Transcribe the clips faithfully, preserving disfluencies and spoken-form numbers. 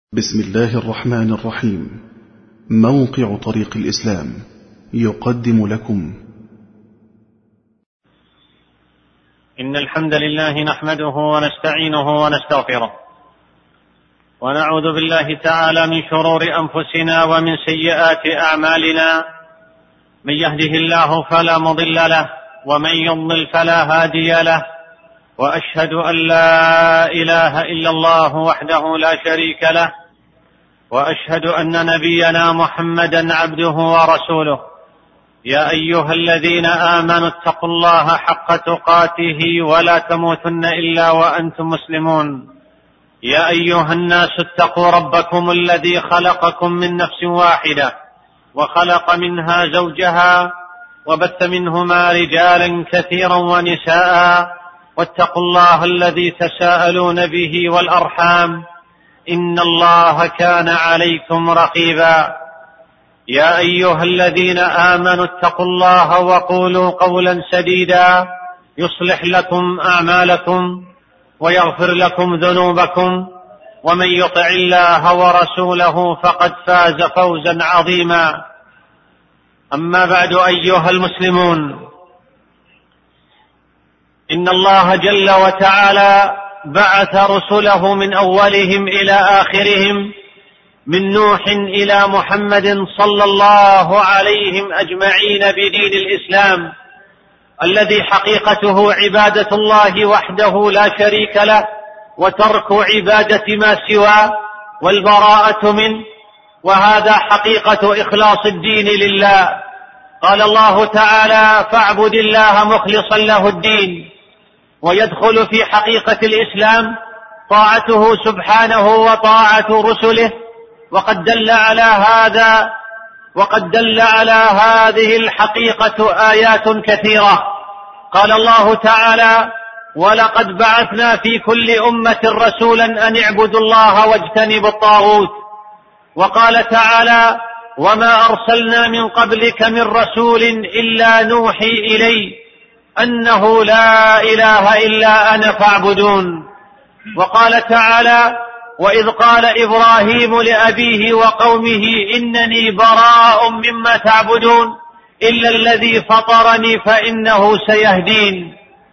بسم الله الرحمن الرحيم. موقع طريق الإسلام يقدم لكم إن الحمد لله نحمده ونستعينه ونستغفره ونعوذ بالله تعالى من شرور أنفسنا ومن سيئات أعمالنا. من يهده الله فلا مضل له ومن يضلل فلا هادي له، وأشهد أن لا إله إلا الله وحده لا شريك له، وأشهد أن نبينا محمدا عبده ورسوله. يا أيها الذين آمنوا اتقوا الله حق تقاته ولا تموتن إلا وأنتم مسلمون. يا أيها الناس اتقوا ربكم الذي خلقكم من نفس واحدة وخلق منها زوجها وبث منهما رجالا كثيرا ونساء، واتقوا الله الذي تساءلون به والأرحام إن الله كان عليكم رقيبا. يا أيها الذين آمنوا اتقوا الله وقولوا قولا سديدا يصلح لكم أعمالكم ويغفر لكم ذنوبكم، ومن يطع الله ورسوله فقد فاز فوزا عظيما. أما بعد أيها المسلمون، إن الله جل وتعالى بعث رسله من أولهم إلى آخرهم، من نوح إلى محمد صلى الله عليهم أجمعين، بدين الإسلام الذي حقيقته عبادة الله وحده لا شريك له، وترك عبادة ما سواه والبراءة منه، وهذا حقيقة إخلاص الدين لله. قال الله تعالى: فاعبد الله مخلصا له الدين. ويدخل في حقيقة الإسلام طاعته سبحانه وطاعة رسله، وقد دل على هذا وقد دل على هذه الحقيقة آيات كثيرة. قال الله تعالى: ولقد بعثنا في كل أمة رسولا أن اعبدوا الله واجتنبوا الطاغوت. وقال تعالى: وما أرسلنا من قبلك من رسول إلا نوحي إليه أنه لا إله إلا أنا فاعبدون. وقال تعالى: وإذ قال إبراهيم لأبيه وقومه إنني براء مما تعبدون إلا الذي فطرني فإنه سيهدين.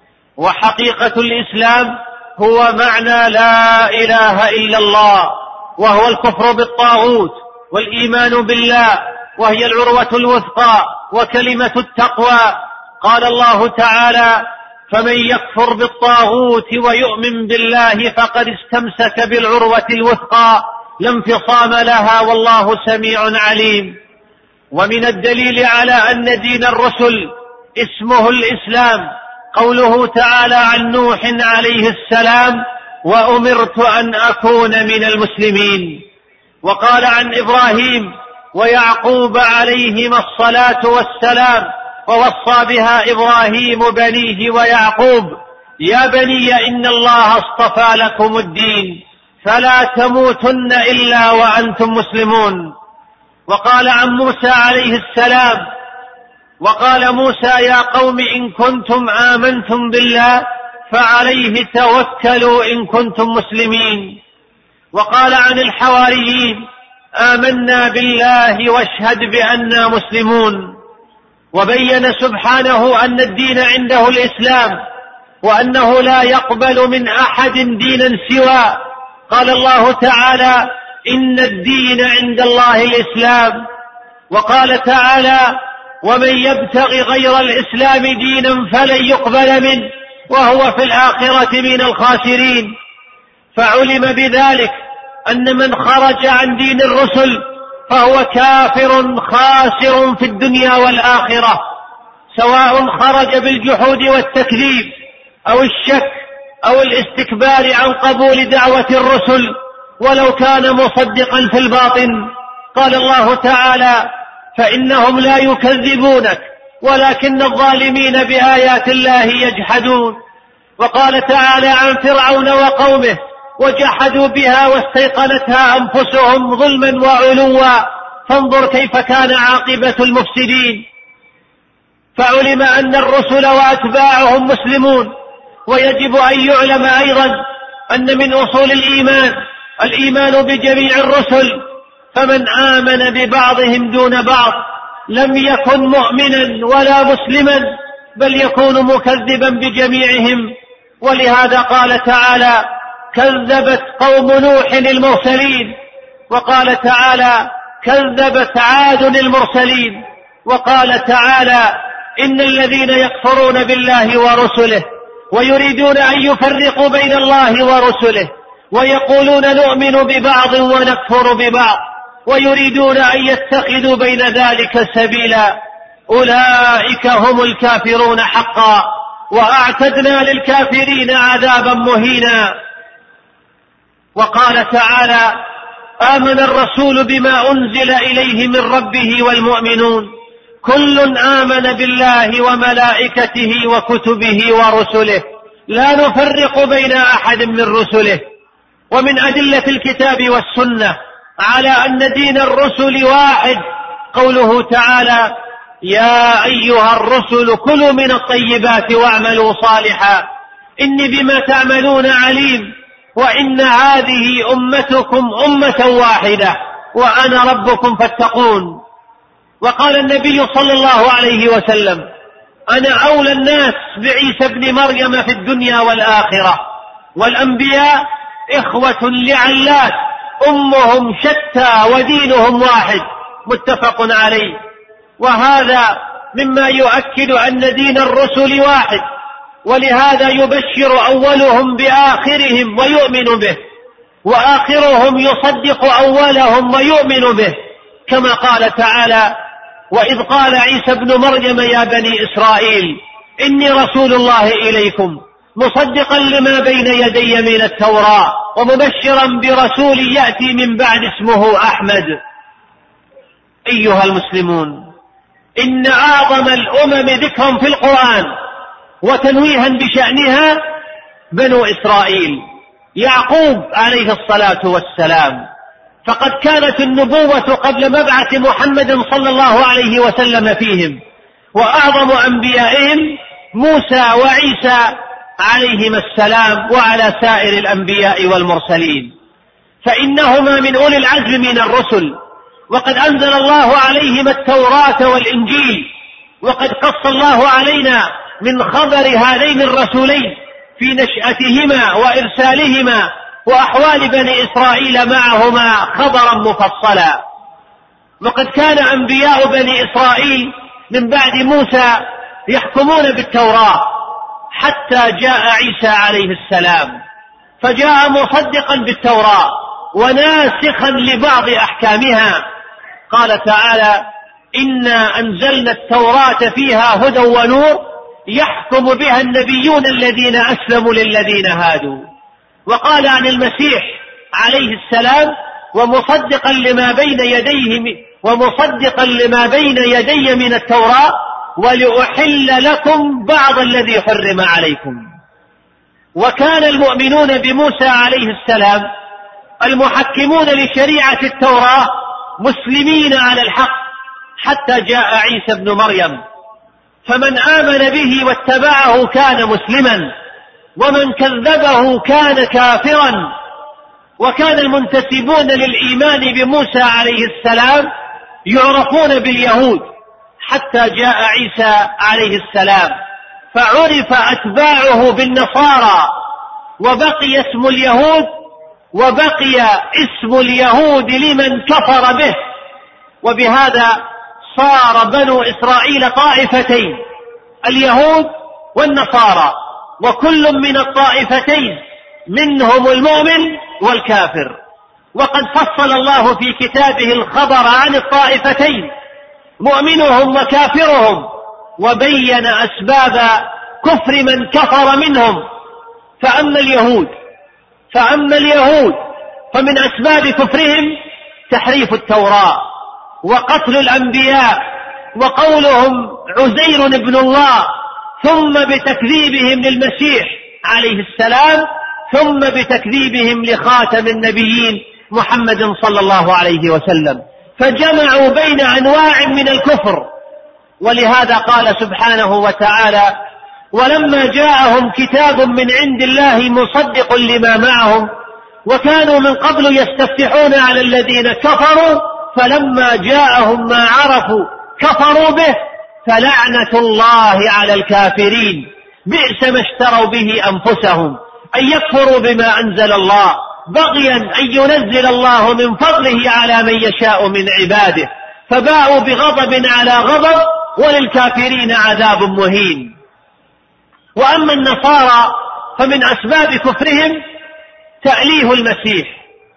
وحقيقة الإسلام هو معنى لا إله إلا الله، وهو الكفر بالطاغوت والإيمان بالله، وهي العروة الوثقى وكلمة التقوى. قال الله تعالى: فمن يكفر بالطاغوت ويؤمن بالله فقد استمسك بالعروة الوثقى لا انفصام لها، والله سميع عليم. ومن الدليل على أن دين الرسل اسمه الإسلام قوله تعالى عن نوح عليه السلام: وأمرت أن أكون من المسلمين. وقال عن إبراهيم ويعقوب عليهما الصلاة والسلام، ووصى بها إبراهيم بنيه ويعقوب: يا بني إن الله اصطفى لكم الدين فلا تموتن إلا وأنتم مسلمون. وقال عن موسى عليه السلام: وقال موسى يا قوم إن كنتم آمنتم بالله فعليه توكلوا إن كنتم مسلمين. وقال عن الحواريين: آمنا بالله واشهد بأننا مسلمون. وبين سبحانه أن الدين عنده الإسلام، وأنه لا يقبل من أحد دينا سوى. قال الله تعالى: إن الدين عند الله الإسلام. وقال تعالى: ومن يبتغي غير الإسلام دينا فلن يقبل منه وهو في الآخرة من الخاسرين. فعلم بذلك أن من خرج عن دين الرسل فهو كافر خاسر في الدنيا والآخرة، سواء خرج بالجحود والتكذيب أو الشك أو الاستكبار عن قبول دعوة الرسل ولو كان مصدقا في الباطن. قال الله تعالى: فإنهم لا يكذبونك ولكن الظالمين بآيات الله يجحدون. وقال تعالى عن فرعون وقومه: وجحدوا بها واستيقنتها أنفسهم ظلما وعلوا فانظر كيف كان عاقبة المفسدين. فعلم أن الرسل وأتباعهم مسلمون. ويجب أن يعلم أيضا أن من أصول الإيمان الإيمان بجميع الرسل، فمن آمن ببعضهم دون بعض لم يكن مؤمنا ولا مسلما، بل يكون مكذبا بجميعهم. ولهذا قال تعالى: كذبت قوم نوح المرسلين، وقال تعالى: كذبت عاد المرسلين، وقال تعالى: إن الذين يكفرون بالله ورسله ويريدون أن يفرقوا بين الله ورسله ويقولون نؤمن ببعض ونكفر ببعض ويريدون أن يتخذوا بين ذلك سبيلا، أولئك هم الكافرون حقا، وأعتدنا للكافرين عذابا مهينا. وقال تعالى: آمن الرسول بما أنزل إليه من ربه والمؤمنون كل آمن بالله وملائكته وكتبه ورسله لا نفرق بين أحد من رسله. ومن أدلة الكتاب والسنة على أن دين الرسل واحد قوله تعالى: يا أيها الرسل كلوا من الطيبات واعملوا صالحا إني بما تعملون عليم وإن هذه أمتكم أمة واحدة وأنا ربكم فاتقون. وقال النبي صلى الله عليه وسلم: أنا أولى الناس بعيسى ابن مريم في الدنيا والآخرة، والأنبياء إخوة لعلات أمهم شتى ودينهم واحد، متفق عليه. وهذا مما يؤكد أن دين الرسل واحد، ولهذا يبشر أولهم بآخرهم ويؤمن به، وآخرهم يصدق أولهم ويؤمن به، كما قال تعالى: وإذ قال عيسى ابن مريم يا بني إسرائيل إني رسول الله إليكم مصدقا لما بين يدي من التوراة ومبشرا برسول يأتي من بعد اسمه أحمد. أيها المسلمون، إن أعظم الأمم ذكرا في القرآن وتنويها بشأنها بنو إسرائيل، يعقوب عليه الصلاة والسلام، فقد كانت النبوة قبل مبعث محمد صلى الله عليه وسلم فيهم، وأعظم أنبيائهم موسى وعيسى عليهما السلام وعلى سائر الأنبياء والمرسلين، فإنهما من أولي العزم من الرسل، وقد أنزل الله عليهما التوراة والإنجيل، وقد قص الله علينا من خبر هذين الرسولين في نشأتهما وإرسالهما وأحوال بني إسرائيل معهما خبرا مفصلا. وقد كان أنبياء بني إسرائيل من بعد موسى يحكمون بالتوراة حتى جاء عيسى عليه السلام، فجاء مصدقا بالتوراة وناسخا لبعض أحكامها. قال تعالى: إنا أنزلنا التوراة فيها هدى ونور يحكم بها النبيون الذين أسلموا للذين هادوا. وقال عن المسيح عليه السلام: ومصدقا لما بين يديه ومصدقا لما بين يدي من التوراة ولأحل لكم بعض الذي حرم عليكم. وكان المؤمنون بموسى عليه السلام المحكمون لشريعة التوراة مسلمين على الحق حتى جاء عيسى ابن مريم، فمن آمن به واتبعه كان مسلما، ومن كذبه كان كافرا. وكان المنتسبون للإيمان بموسى عليه السلام يعرفون باليهود حتى جاء عيسى عليه السلام، فعرف أتباعه بالنصارى، وبقي اسم اليهود وبقي اسم اليهود لمن كفر به. وبهذا صار بنو إسرائيل طائفتين، اليهود والنصارى، وكل من الطائفتين منهم المؤمن والكافر. وقد فصل الله في كتابه الخبر عن الطائفتين مؤمنهم وكافرهم، وبين أسباب كفر من كفر منهم. فأما اليهود فأما اليهود فمن أسباب كفرهم تحريف التوراة وقتل الأنبياء وقولهم عزير ابن الله، ثم بتكذيبهم للمسيح عليه السلام، ثم بتكذيبهم لخاتم النبيين محمد صلى الله عليه وسلم، فجمعوا بين أنواع من الكفر. ولهذا قال سبحانه وتعالى: ولما جاءهم كتاب من عند الله مصدق لما معهم وكانوا من قبل يستفتحون على الذين كفروا فلما جاءهم ما عرفوا كفروا به فلعنة الله على الكافرين بئس ما اشتروا به أنفسهم أن يكفروا بما أنزل الله بغيا أن ينزل الله من فضله على من يشاء من عباده فباءوا بغضب على غضب وللكافرين عذاب مهين. وأما النصارى فمن أسباب كفرهم تأليه المسيح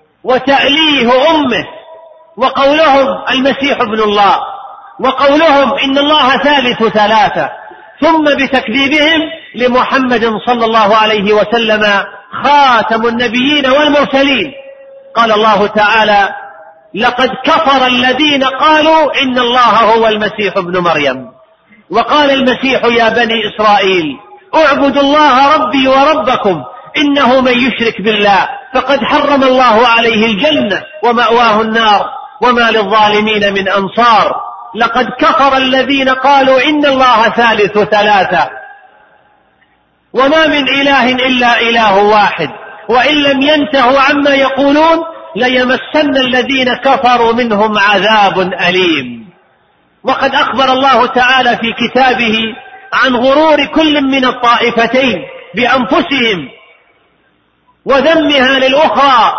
وتأليه أمه وقولهم المسيح ابن الله وقولهم إن الله ثالث ثلاثة ثم بتكذيبهم لمحمد صلى الله عليه وسلم خاتم النبيين والمرسلين. قال الله تعالى لقد كفر الذين قالوا إن الله هو المسيح ابن مريم وقال المسيح يا بني إسرائيل اعبدوا الله ربي وربكم إنه من يشرك بالله فقد حرم الله عليه الجنة ومأواه النار وما للظالمين من أنصار. لقد كفر الذين قالوا إن الله ثالث ثلاثة وما من إله إلا إله واحد وإن لم ينتهوا عما يقولون ليمسن الذين كفروا منهم عذاب أليم. وقد أخبر الله تعالى في كتابه عن غرور كل من الطائفتين بأنفسهم وذمها للأخرى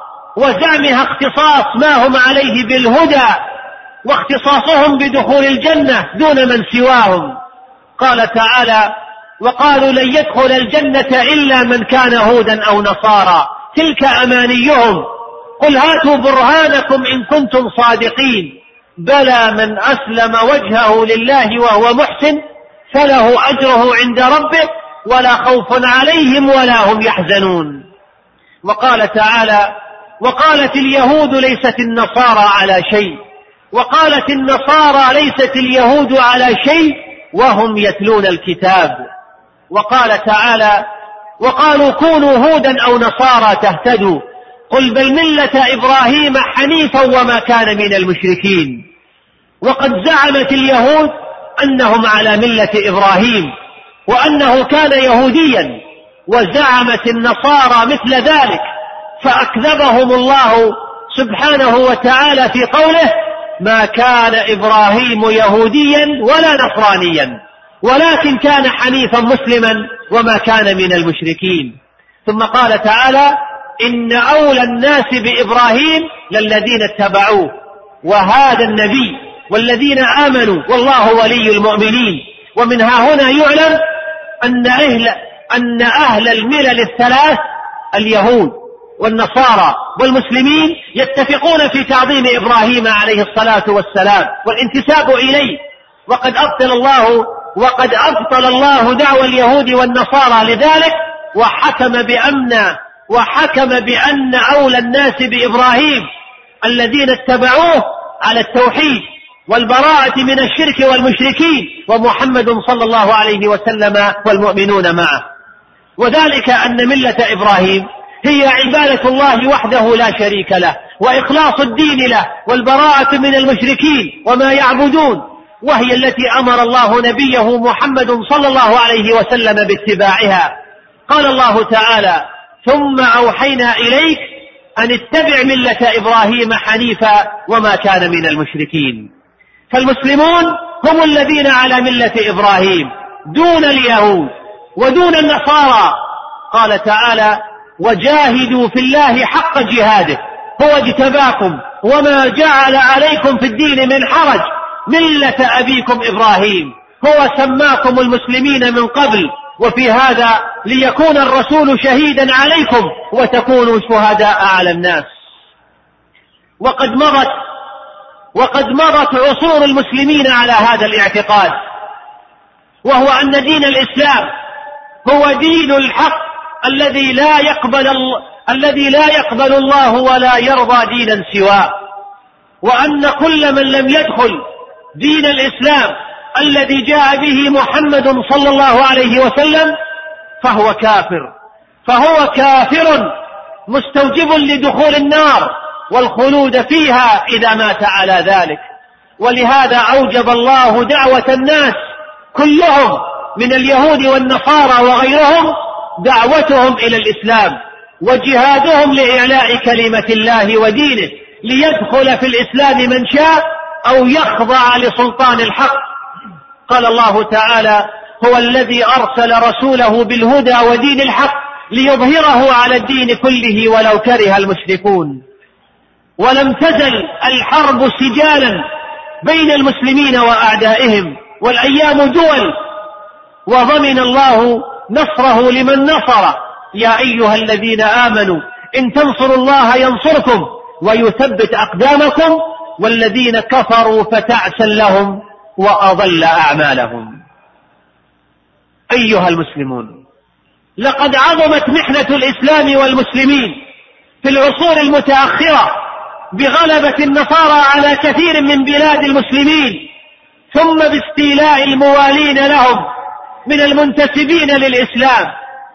وزعمها اختصاص ما هم عليه بالهدى واختصاصهم بدخول الجنة دون من سواهم. قال تعالى وقالوا لن يدخل الجنة إلا من كان هودا أو نصارى تلك أمانيهم قل هاتوا برهانكم إن كنتم صادقين بلى من أسلم وجهه لله وهو محسن فله أجره عند ربه ولا خوف عليهم ولا هم يحزنون. وقال تعالى وقالت اليهود ليست النصارى على شيء وقالت النصارى ليست اليهود على شيء وهم يتلون الكتاب. وقال تعالى وقالوا كونوا هودا أو نصارى تهتدوا قل بل ملة إبراهيم حنيفا وما كان من المشركين. وقد زعمت اليهود أنهم على ملة إبراهيم وأنه كان يهوديا وزعمت النصارى مثل ذلك فأكذبهم الله سبحانه وتعالى في قوله ما كان إبراهيم يهوديا ولا نصرانيا ولكن كان حنيفا مسلما وما كان من المشركين. ثم قال تعالى إن أولى الناس بإبراهيم للذين اتبعوه وهذا النبي والذين آمنوا والله ولي المؤمنين. ومن ها هنا يعلم أن أهل, أن أهل الملل الثلاث اليهود والنصارى والمسلمين يتفقون في تعظيم إبراهيم عليه الصلاة والسلام والانتساب إليه. وقد أبطل الله وقد أبطل الله دعوى اليهود والنصارى لذلك وحكم بأن وحكم بأن أولى الناس بإبراهيم الذين اتبعوه على التوحيد والبراءة من الشرك والمشركين ومحمد صلى الله عليه وسلم والمؤمنون معه. وذلك أن ملة إبراهيم هي عبادة الله وحده لا شريك له وإخلاص الدين له والبراءة من المشركين وما يعبدون وهي التي أمر الله نبيه محمد صلى الله عليه وسلم باتباعها. قال الله تعالى ثم أوحينا إليك أن اتبع ملة إبراهيم حنيفا وما كان من المشركين. فالمسلمون هم الذين على ملة إبراهيم دون اليهود ودون النصارى. قال تعالى وجاهدوا في الله حق جهاده هو اجتباكم وما جعل عليكم في الدين من حرج ملة أبيكم إبراهيم هو سماكم المسلمين من قبل وفي هذا ليكون الرسول شهيدا عليكم وتكونوا شهداء على الناس. وقد مضت وقد مضت عصور المسلمين على هذا الاعتقاد وهو أن دين الإسلام هو دين الحق الذي لا يقبل الذي لا يقبل الله ولا يرضى دينا سواه وأن كل من لم يدخل دين الإسلام الذي جاء به محمد صلى الله عليه وسلم فهو كافر فهو كافر مستوجب لدخول النار والخلود فيها إذا مات على ذلك. ولهذا أوجب الله دعوة الناس كلهم من اليهود والنصارى وغيرهم دعوتهم إلى الإسلام وجهادهم لإعلاء كلمة الله ودينه، ليدخل في الإسلام من شاء أو يخضع لسلطان الحق. قال الله تعالى: هو الذي أرسل رسوله بالهدى ودين الحق ليظهره على الدين كله ولو كره المشركون. ولم تزل الحرب سجالا بين المسلمين وأعدائهم، والأيام دول، وضمن الله نصره لمن نصره. يا أيها الذين آمنوا إن تنصروا الله ينصركم ويثبت أقدامكم، والذين كفروا فتعسا لهم وأضل أعمالهم. أيها المسلمون، لقد عظمت محنة الإسلام والمسلمين في العصور المتأخرة بغلبة النصارى على كثير من بلاد المسلمين، ثم باستيلاء الموالين لهم من المنتسبين للإسلام.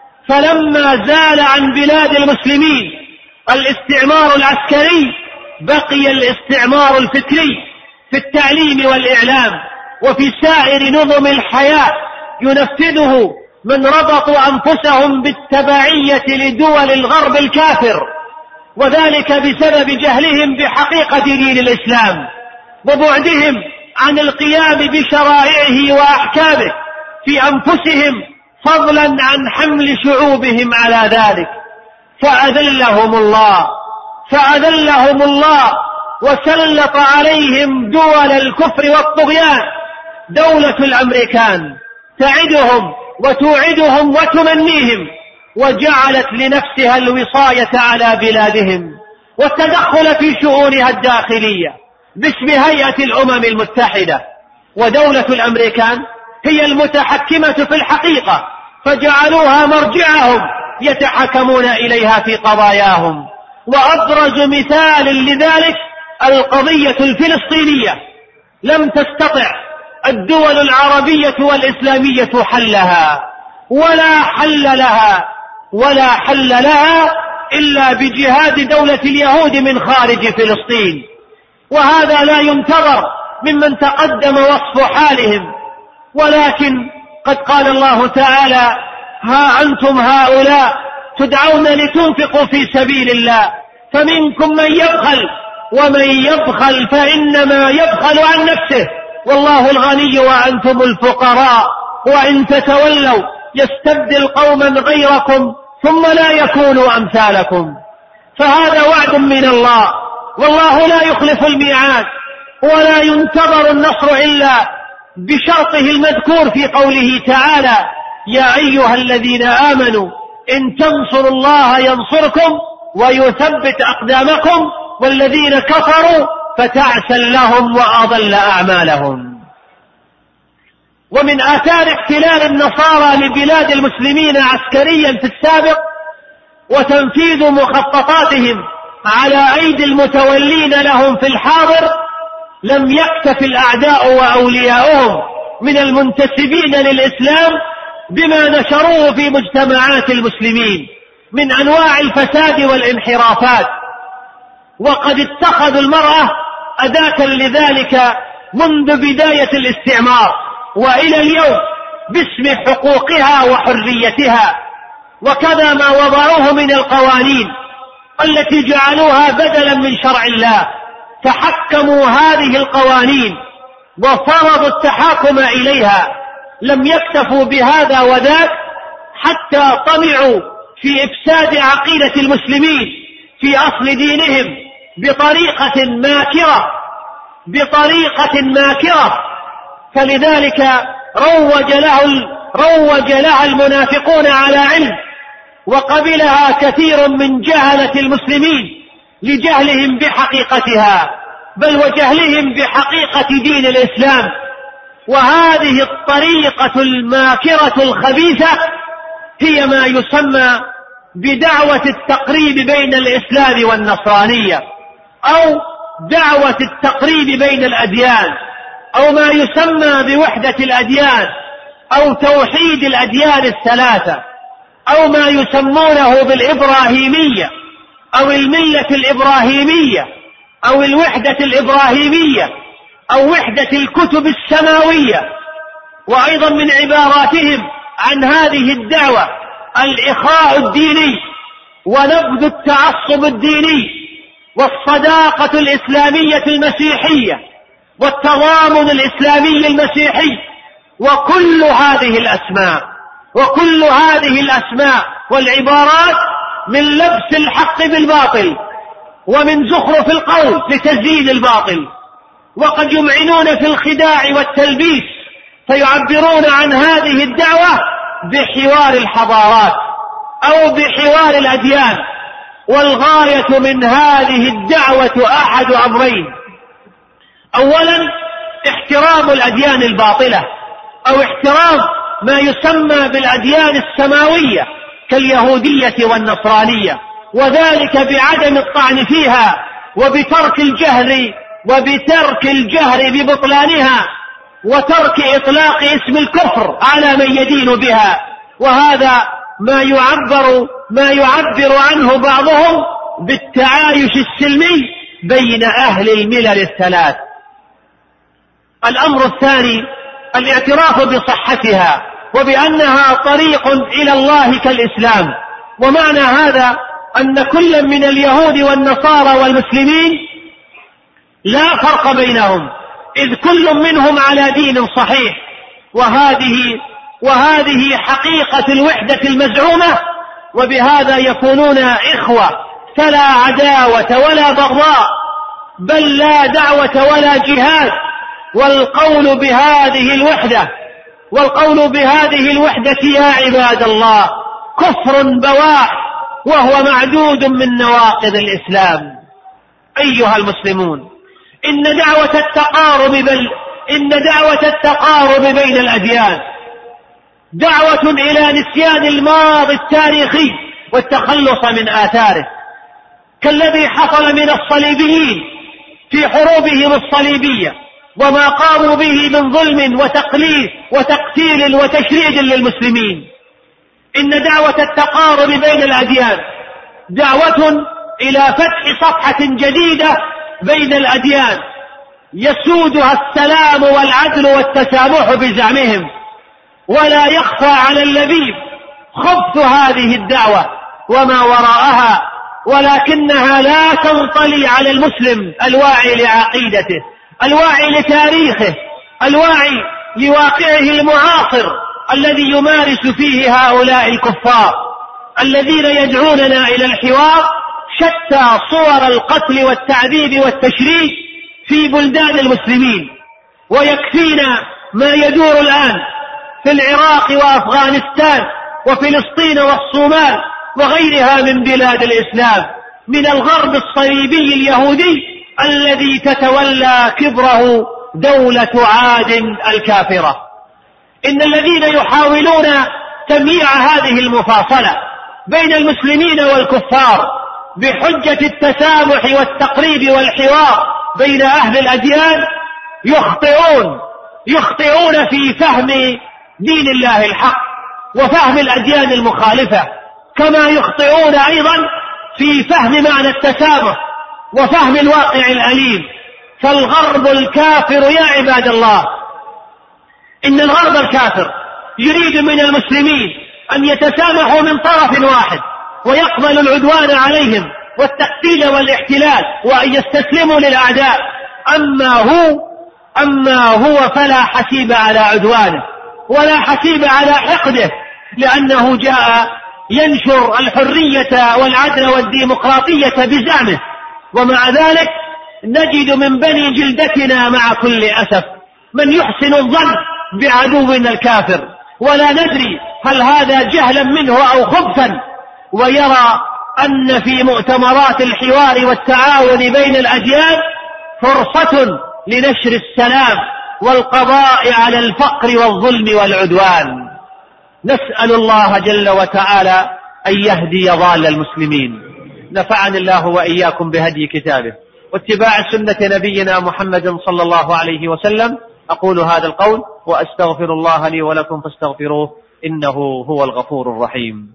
فلما زال عن بلاد المسلمين الاستعمار العسكري، بقي الاستعمار الفكري في التعليم والإعلام وفي سائر نظم الحياة ينفذه من ربطوا أنفسهم بالتبعية لدول الغرب الكافر، وذلك بسبب جهلهم بحقيقة دين الإسلام وبعدهم عن القيام بشرائعه وأحكامه في أنفسهم، فضلا عن حمل شعوبهم على ذلك. فأذلهم الله فأذلهم الله وسلط عليهم دول الكفر والطغيان. دولة الأمريكان تعدهم وتوعدهم وتمنيهم، وجعلت لنفسها الوصاية على بلادهم والتدخل في شؤونها الداخلية باسم هيئة الأمم المتحدة. ودولة الأمريكان هي المتحكمة في الحقيقة، فجعلوها مرجعهم يتحكمون إليها في قضاياهم. وأبرز مثال لذلك القضية الفلسطينية، لم تستطع الدول العربية والإسلامية حلها، ولا حل لها ولا حل لها إلا بجهاد دولة اليهود من خارج فلسطين. وهذا لا ينتظر ممن تقدم وصف حالهم، ولكن قد قال الله تعالى: ها أنتم هؤلاء تدعون لتنفقوا في سبيل الله فمنكم من يبخل، ومن يبخل فإنما يبخل عن نفسه، والله الغني وأنتم الفقراء، وإن تتولوا يستبدل قوما غيركم ثم لا يكونوا أمثالكم. فهذا وعد من الله، والله لا يخلف الميعاد، ولا ينتظر النصر إلا بشرطه المذكور في قوله تعالى: يا أيها الذين آمنوا إن تنصروا الله ينصركم ويثبت أقدامكم، والذين كفروا فتعسا لهم وأضل أعمالهم. ومن آثار احتلال النصارى لبلاد المسلمين عسكريا في السابق وتنفيذ مخططاتهم على أيدي المتولين لهم في الحاضر، لم يكتف الأعداء وأولياؤهم من المنتسبين للإسلام بما نشروه في مجتمعات المسلمين من أنواع الفساد والانحرافات، وقد اتخذوا المرأة أداة لذلك منذ بداية الاستعمار وإلى اليوم باسم حقوقها وحريتها. وكذا ما وضعوه من القوانين التي جعلوها بدلا من شرع الله، تحكموا هذه القوانين وفرضوا التحاكم إليها. لم يكتفوا بهذا وذاك، حتى طمعوا في إفساد عقيدة المسلمين في أصل دينهم بطريقة ماكرة بطريقة ماكرة فلذلك روج له روج لها المنافقون على علم، وقبلها كثير من جهلة المسلمين لجهلهم بحقيقتها، بل وجهلهم بحقيقة دين الإسلام. وهذه الطريقة الماكرة الخبيثة هي ما يسمى بدعوة التقريب بين الإسلام والنصرانية، أو دعوة التقريب بين الأديان، أو ما يسمى بوحدة الأديان، أو توحيد الأديان الثلاثة، أو ما يسمونه بالإبراهيمية، أو الملة الإبراهيمية، أو الوحدة الإبراهيمية، أو وحدة الكتب السماوية. وأيضا من عباراتهم عن هذه الدعوة الإخاء الديني ونبذ التعصب الديني والصداقة الإسلامية المسيحية والتضامن الإسلامي المسيحي، وكل هذه الأسماء وكل هذه الأسماء والعبارات من لبس الحق بالباطل ومن زخرف القول لتزيين الباطل، وقد يمعنون في الخداع والتلبيس فيعبرون عن هذه الدعوة بحوار الحضارات أو بحوار الأديان، والغاية من هذه الدعوة أحد أمرين: أولا احترام الأديان الباطلة أو احترام ما يسمى بالأديان السماوية كاليهودية والنصرانية، وذلك بعدم الطعن فيها وبترك الجهر وبترك الجهر ببطلانها وترك إطلاق اسم الكفر على من يدين بها، وهذا ما يعبر ما يعبر عنه بعضهم بالتعايش السلمي بين أهل الملل الثلاث. الأمر الثاني الاعتراف بصحتها وبأنها طريق إلى الله كالإسلام، ومعنى هذا أن كل من اليهود والنصارى والمسلمين لا فرق بينهم، إذ كل منهم على دين صحيح، وهذه وهذه حقيقة الوحدة المزعومة، وبهذا يكونون إخوة، فلا عداوة ولا بغضاء، بل لا دعوة ولا جهاد. والقول بهذه الوحدة والقول بهذه الوحدة يا عباد الله كفر بواح، وهو معدود من نواقض الإسلام. أيها المسلمون، إن دعوة التقارب بل إن دعوة التقارب بين الأديان دعوة إلى نسيان الماضي التاريخي والتخلص من آثاره، كالذي حصل من الصليبيين في حروبهم الصليبية وما قاموا به من ظلم وتقليد وتقتيل وتشريد للمسلمين. إن دعوة التقارب بين الأديان دعوة إلى فتح صفحة جديدة بين الأديان يسودها السلام والعدل والتسامح بزعمهم، ولا يخفى على اللبيب خبث هذه الدعوة وما وراءها، ولكنها لا تنطلي على المسلم الواعي لعقيدته، الواعي لتاريخه، الواعي لواقعه المعاصر الذي يمارس فيه هؤلاء الكفار الذين يدعوننا إلى الحوار شتى صور القتل والتعذيب والتشريد في بلدان المسلمين. ويكفينا ما يدور الآن في العراق وأفغانستان وفلسطين والصومال وغيرها من بلاد الإسلام من الغرب الصليبي اليهودي الذي تتولى كبره دولة عاد الكافرة. إن الذين يحاولون تمييع هذه المفاصلة بين المسلمين والكفار بحجة التسامح والتقريب والحوار بين أهل الأديان يخطئون يخطئون في فهم دين الله الحق وفهم الأديان المخالفة، كما يخطئون أيضا في فهم معنى التسامح وفهم الواقع الأليم. فالغرب الكافر يا عباد الله، إن الغرب الكافر يريد من المسلمين أن يتسامحوا من طرف واحد ويقبلوا العدوان عليهم والتقتيل والاحتلال وأن يستسلموا للأعداء، أما هو أما هو فلا حسيب على عدوانه ولا حسيب على حقده، لأنه جاء ينشر الحرية والعدل والديمقراطية بزعمه، ومع ذلك نجد من بني جلدتنا مع كل أسف من يحسن الظن بعدونا الكافر، ولا ندري هل هذا جهلا منه أو خبثا، ويرى أن في مؤتمرات الحوار والتعاون بين الأديان فرصة لنشر السلام والقضاء على الفقر والظلم والعدوان. نسأل الله جل وتعالى أن يهدي ضال المسلمين. نفعني الله وإياكم بهدي كتابه واتباع سنة نبينا محمد صلى الله عليه وسلم. أقول هذا القول وأستغفر الله لي ولكم فاستغفروه إنه هو الغفور الرحيم.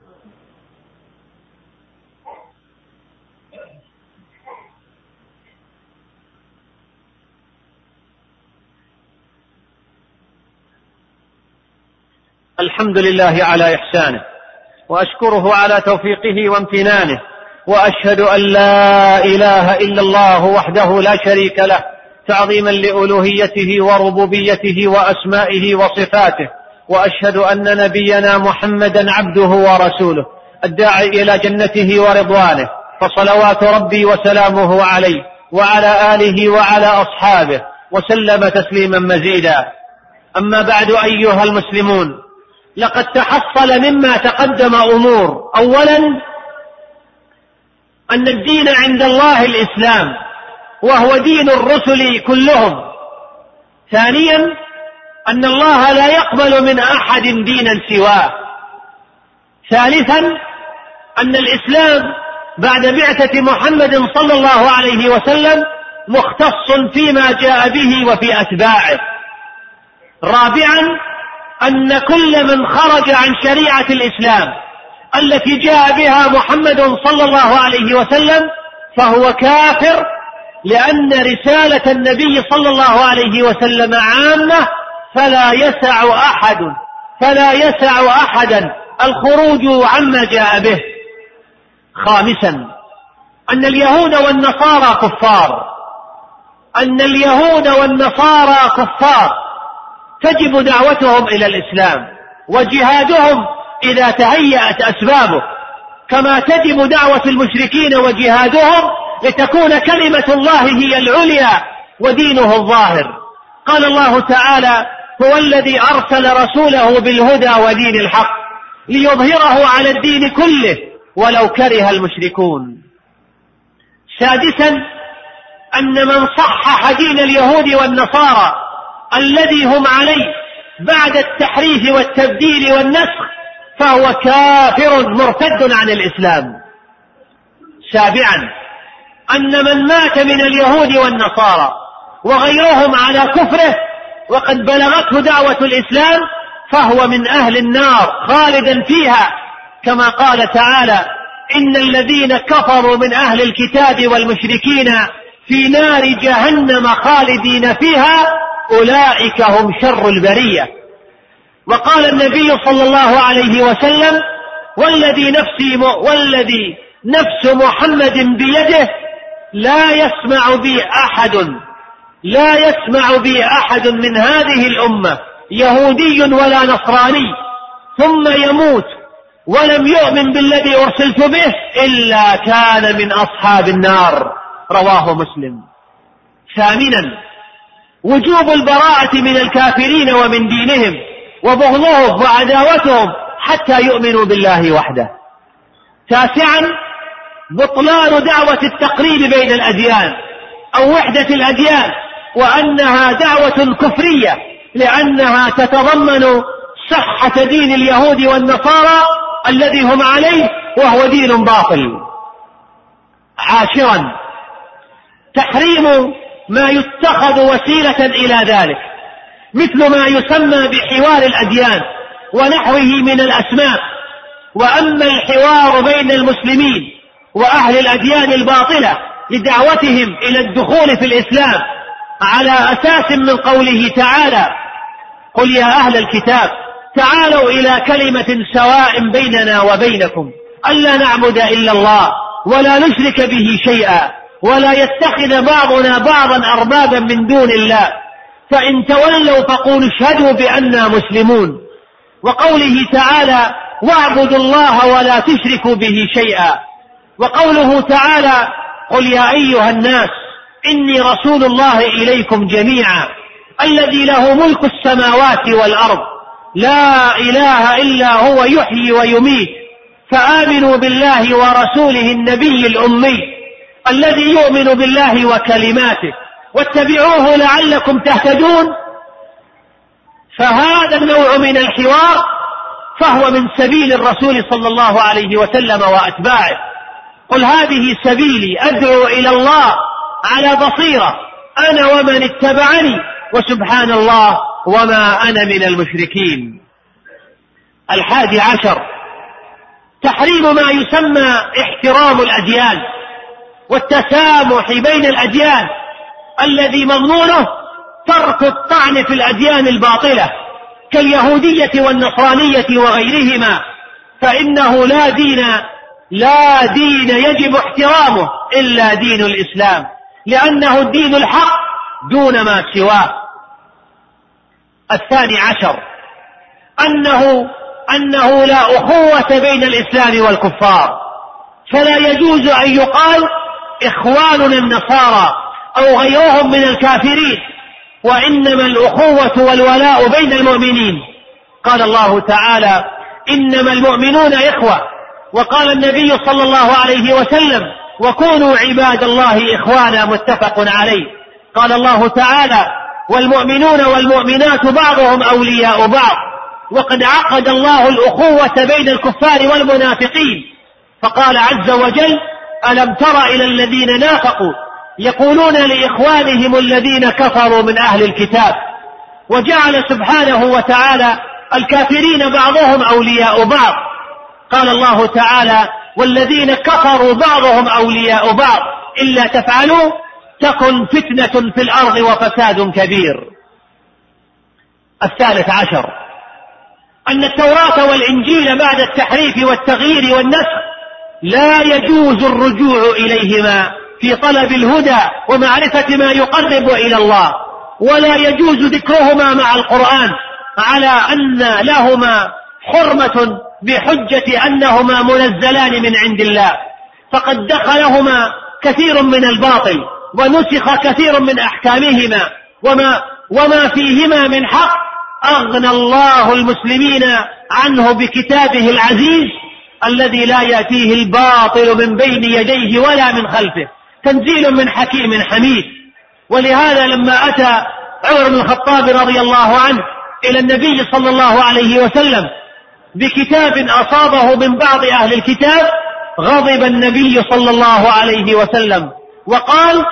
الحمد لله على إحسانه، وأشكره على توفيقه وامتنانه، وأشهد أن لا إله إلا الله وحده لا شريك له تعظيما لألوهيته وربوبيته وأسمائه وصفاته، وأشهد أن نبينا محمدا عبده ورسوله الداعي إلى جنته ورضوانه، فصلوات ربي وسلامه عليه وعلى آله وعلى أصحابه وسلم تسليما مزيدا. أما بعد أيها المسلمون، لقد تحصل مما تقدم أمور. أولا، أن الدين عند الله الإسلام وهو دين الرسل كلهم. ثانيا، أن الله لا يقبل من أحد دينا سواه. ثالثا، أن الإسلام بعد بعثة محمد صلى الله عليه وسلم مختص فيما جاء به وفي أتباعه. رابعا، أن كل من خرج عن شريعة الإسلام التي جاء بها محمد صلى الله عليه وسلم فهو كافر، لأن رسالة النبي صلى الله عليه وسلم عامة، فلا يسع أحد فلا يسع أحدا الخروج عما جاء به. خامسا، أن اليهود والنصارى كفار أن اليهود والنصارى كفار تجب دعوتهم إلى الإسلام وجهادهم إذا تهيأت أسبابه، كما تجب دعوة المشركين وجهادهم لتكون كلمة الله هي العليا ودينه الظاهر. قال الله تعالى: هو الذي أرسل رسوله بالهدى ودين الحق ليظهره على الدين كله ولو كره المشركون. سادسا، أن من صحح دين اليهود والنصارى الذي هم عليه بعد التحريف والتبديل والنسخ فهو كافر مرتد عن الإسلام. سابعا، أن من مات من اليهود والنصارى وغيرهم على كفره وقد بلغته دعوة الإسلام فهو من أهل النار خالدا فيها، كما قال تعالى: إن الذين كفروا من أهل الكتاب والمشركين في نار جهنم خالدين فيها أولئك هم شر البرية. وقال النبي صلى الله عليه وسلم: والذي نفسي م... والذي نفس محمد بيده لا يسمع بي أحد لا يسمع بي أحد من هذه الأمة يهودي ولا نصراني ثم يموت ولم يؤمن بالذي أرسلت به إلا كان من أصحاب النار. رواه مسلم. ثامنا، وجوب البراءة من الكافرين ومن دينهم وبغضهم وعداوتهم حتى يؤمنوا بالله وحده. تاسعا، بطلان دعوة التقريب بين الأديان أو وحدة الأديان، وأنها دعوة كفرية لأنها تتضمن صحة دين اليهود والنصارى الذي هم عليه وهو دين باطل. عاشرا، تحريم ما يتخذ وسيلة إلى ذلك، مثل ما يسمى بحوار الأديان ونحوه من الأسماء. وأما الحوار بين المسلمين وأهل الأديان الباطلة لدعوتهم إلى الدخول في الإسلام على أساس من قوله تعالى: قل يا أهل الكتاب تعالوا إلى كلمة سواء بيننا وبينكم ألا نعبد إلا الله ولا نشرك به شيئا ولا يتخذ بعضنا بعضا أربابا من دون الله فإن تولوا فقولوا اشهدوا بأننا مسلمون. وقوله تعالى: واعبدوا الله ولا تشركوا به شيئا. وقوله تعالى: قل يا أيها الناس إني رسول الله إليكم جميعا الذي له ملك السماوات والأرض لا إله إلا هو يحيي ويميت فآمنوا بالله ورسوله النبي الأمي الذي يؤمن بالله وكلماته واتبعوه لعلكم تهتدون. فهذا النوع من الحوار فهو من سبيل الرسول صلى الله عليه وسلم وأتباعه. قل هذه سبيلي أدعو إلى الله على بصيرة أنا ومن اتبعني وسبحان الله وما أنا من المشركين. الحادي عشر، تحريم ما يسمى احترام الأديان والتسامح بين الأديان الذي مضمونه ترك الطعن في الأديان الباطلة كاليهودية والنصرانية وغيرهما، فإنه لا دين لا دين يجب احترامه إلا دين الإسلام، لأنه الدين الحق دون ما سواه. الثاني عشر أنه, أنه لا أخوة بين الإسلام والكفار، فلا يجوز أن يقال إخواننا النصارى أو غيرهم من الكافرين، وإنما الأخوة والولاء بين المؤمنين. قال الله تعالى: إنما المؤمنون إخوة. وقال النبي صلى الله عليه وسلم: وكونوا عباد الله إخوانا، متفق عليه. قال الله تعالى: والمؤمنون والمؤمنات بعضهم أولياء بعض. وقد عقد الله الأخوة بين الكفار والمنافقين، فقال عز وجل: ألم تر إلى الذين نافقوا يقولون لإخوانهم الذين كفروا من أهل الكتاب. وجعل سبحانه وتعالى الكافرين بعضهم أولياء بعض. قال الله تعالى: والذين كفروا بعضهم أولياء بعض إلا تفعلوا تكن فتنة في الأرض وفساد كبير. الثالث عشر أن التوراة والإنجيل بعد التحريف والتغيير والنسخ لا يجوز الرجوع إليهما في طلب الهدى ومعرفة ما يقرب إلى الله، ولا يجوز ذكرهما مع القرآن على أن لهما حرمة بحجة أنهما منزلان من عند الله، فقد دخلهما كثير من الباطل ونسخ كثير من أحكامهما، وما, وما فيهما من حق أغنى الله المسلمين عنه بكتابه العزيز الذي لا يأتيه الباطل من بين يديه ولا من خلفه، تنزيل من حكيم حميد. ولهذا لما أتى عمر بن الخطاب رضي الله عنه إلى النبي صلى الله عليه وسلم بكتاب أصابه من بعض أهل الكتاب، غضب النبي صلى الله عليه وسلم وقال: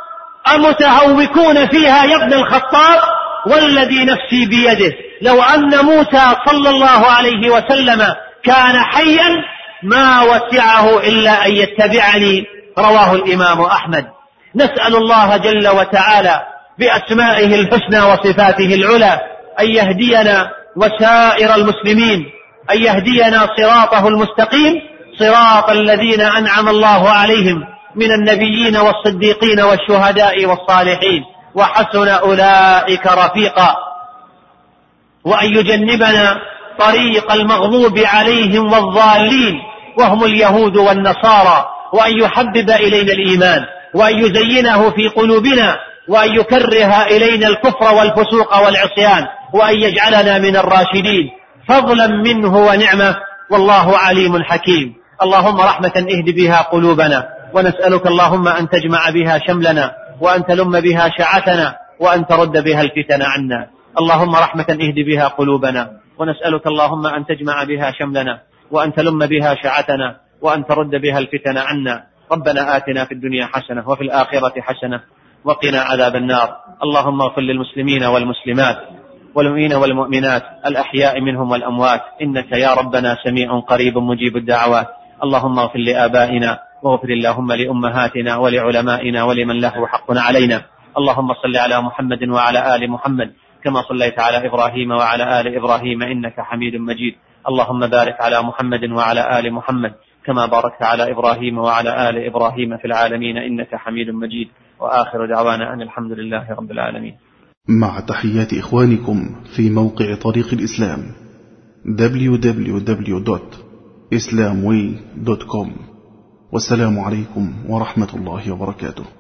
أمتهوكون فيها يا ابن الخطاب، والذي نفسي بيده لو أن موسى صلى الله عليه وسلم كان حيا ما وسعه إلا أن يتبعني. رواه الإمام أحمد. نسأل الله جل وتعالى بأسمائه الحسنى وصفاته العلى أن يهدينا وسائر المسلمين، أن يهدينا صراطه المستقيم، صراط الذين أنعم الله عليهم من النبيين والصديقين والشهداء والصالحين، وحسن أولئك رفيقا، وأن يجنبنا طريق المغضوب عليهم والضالين وهم اليهود والنصارى، وأن يحبب إلينا الإيمان، وأن يزينه في قلوبنا، وأن يكره إلينا الكفر والفسوق والعصيان، وأن يجعلنا من الراشدين فضلا منه ونعمة، والله عليم حكيم. اللهم رحمة اهد بها قلوبنا، ونسألك اللهم أن تجمع بها شملنا، وأن تلم بها شعثنا، وأن ترد بها الفتن عنا. اللهم رحمة اهد بها قلوبنا، ونسألك اللهم أن تجمع بها شملنا، وأن تلم بها شعثنا، وأن ترد بها الفتن عنا. ربنا آتنا في الدنيا حسنة وفي الآخرة حسنة وقنا عذاب النار. اللهم اغفر للمسلمين والمسلمات والمؤمنين والمؤمنات الأحياء منهم والأموات، إنك يا ربنا سميع قريب مجيب الدعوات. اللهم اغفر لآبائنا، واغفر اللهم لأمهاتنا ولعلمائنا ولمن له حق علينا. اللهم صل على محمد وعلى آل محمد كما صليت على إبراهيم وعلى آل إبراهيم إنك حميد مجيد. اللهم بارك على محمد وعلى آل محمد كما باركت على إبراهيم وعلى آل إبراهيم في العالمين إنك حميد مجيد. وآخر دعوانا أن الحمد لله رب العالمين. مع تحيات إخوانكم في موقع طريق الإسلام دبليو دبليو دبليو دوت إسلام واي دوت كوم. والسلام عليكم ورحمة الله وبركاته.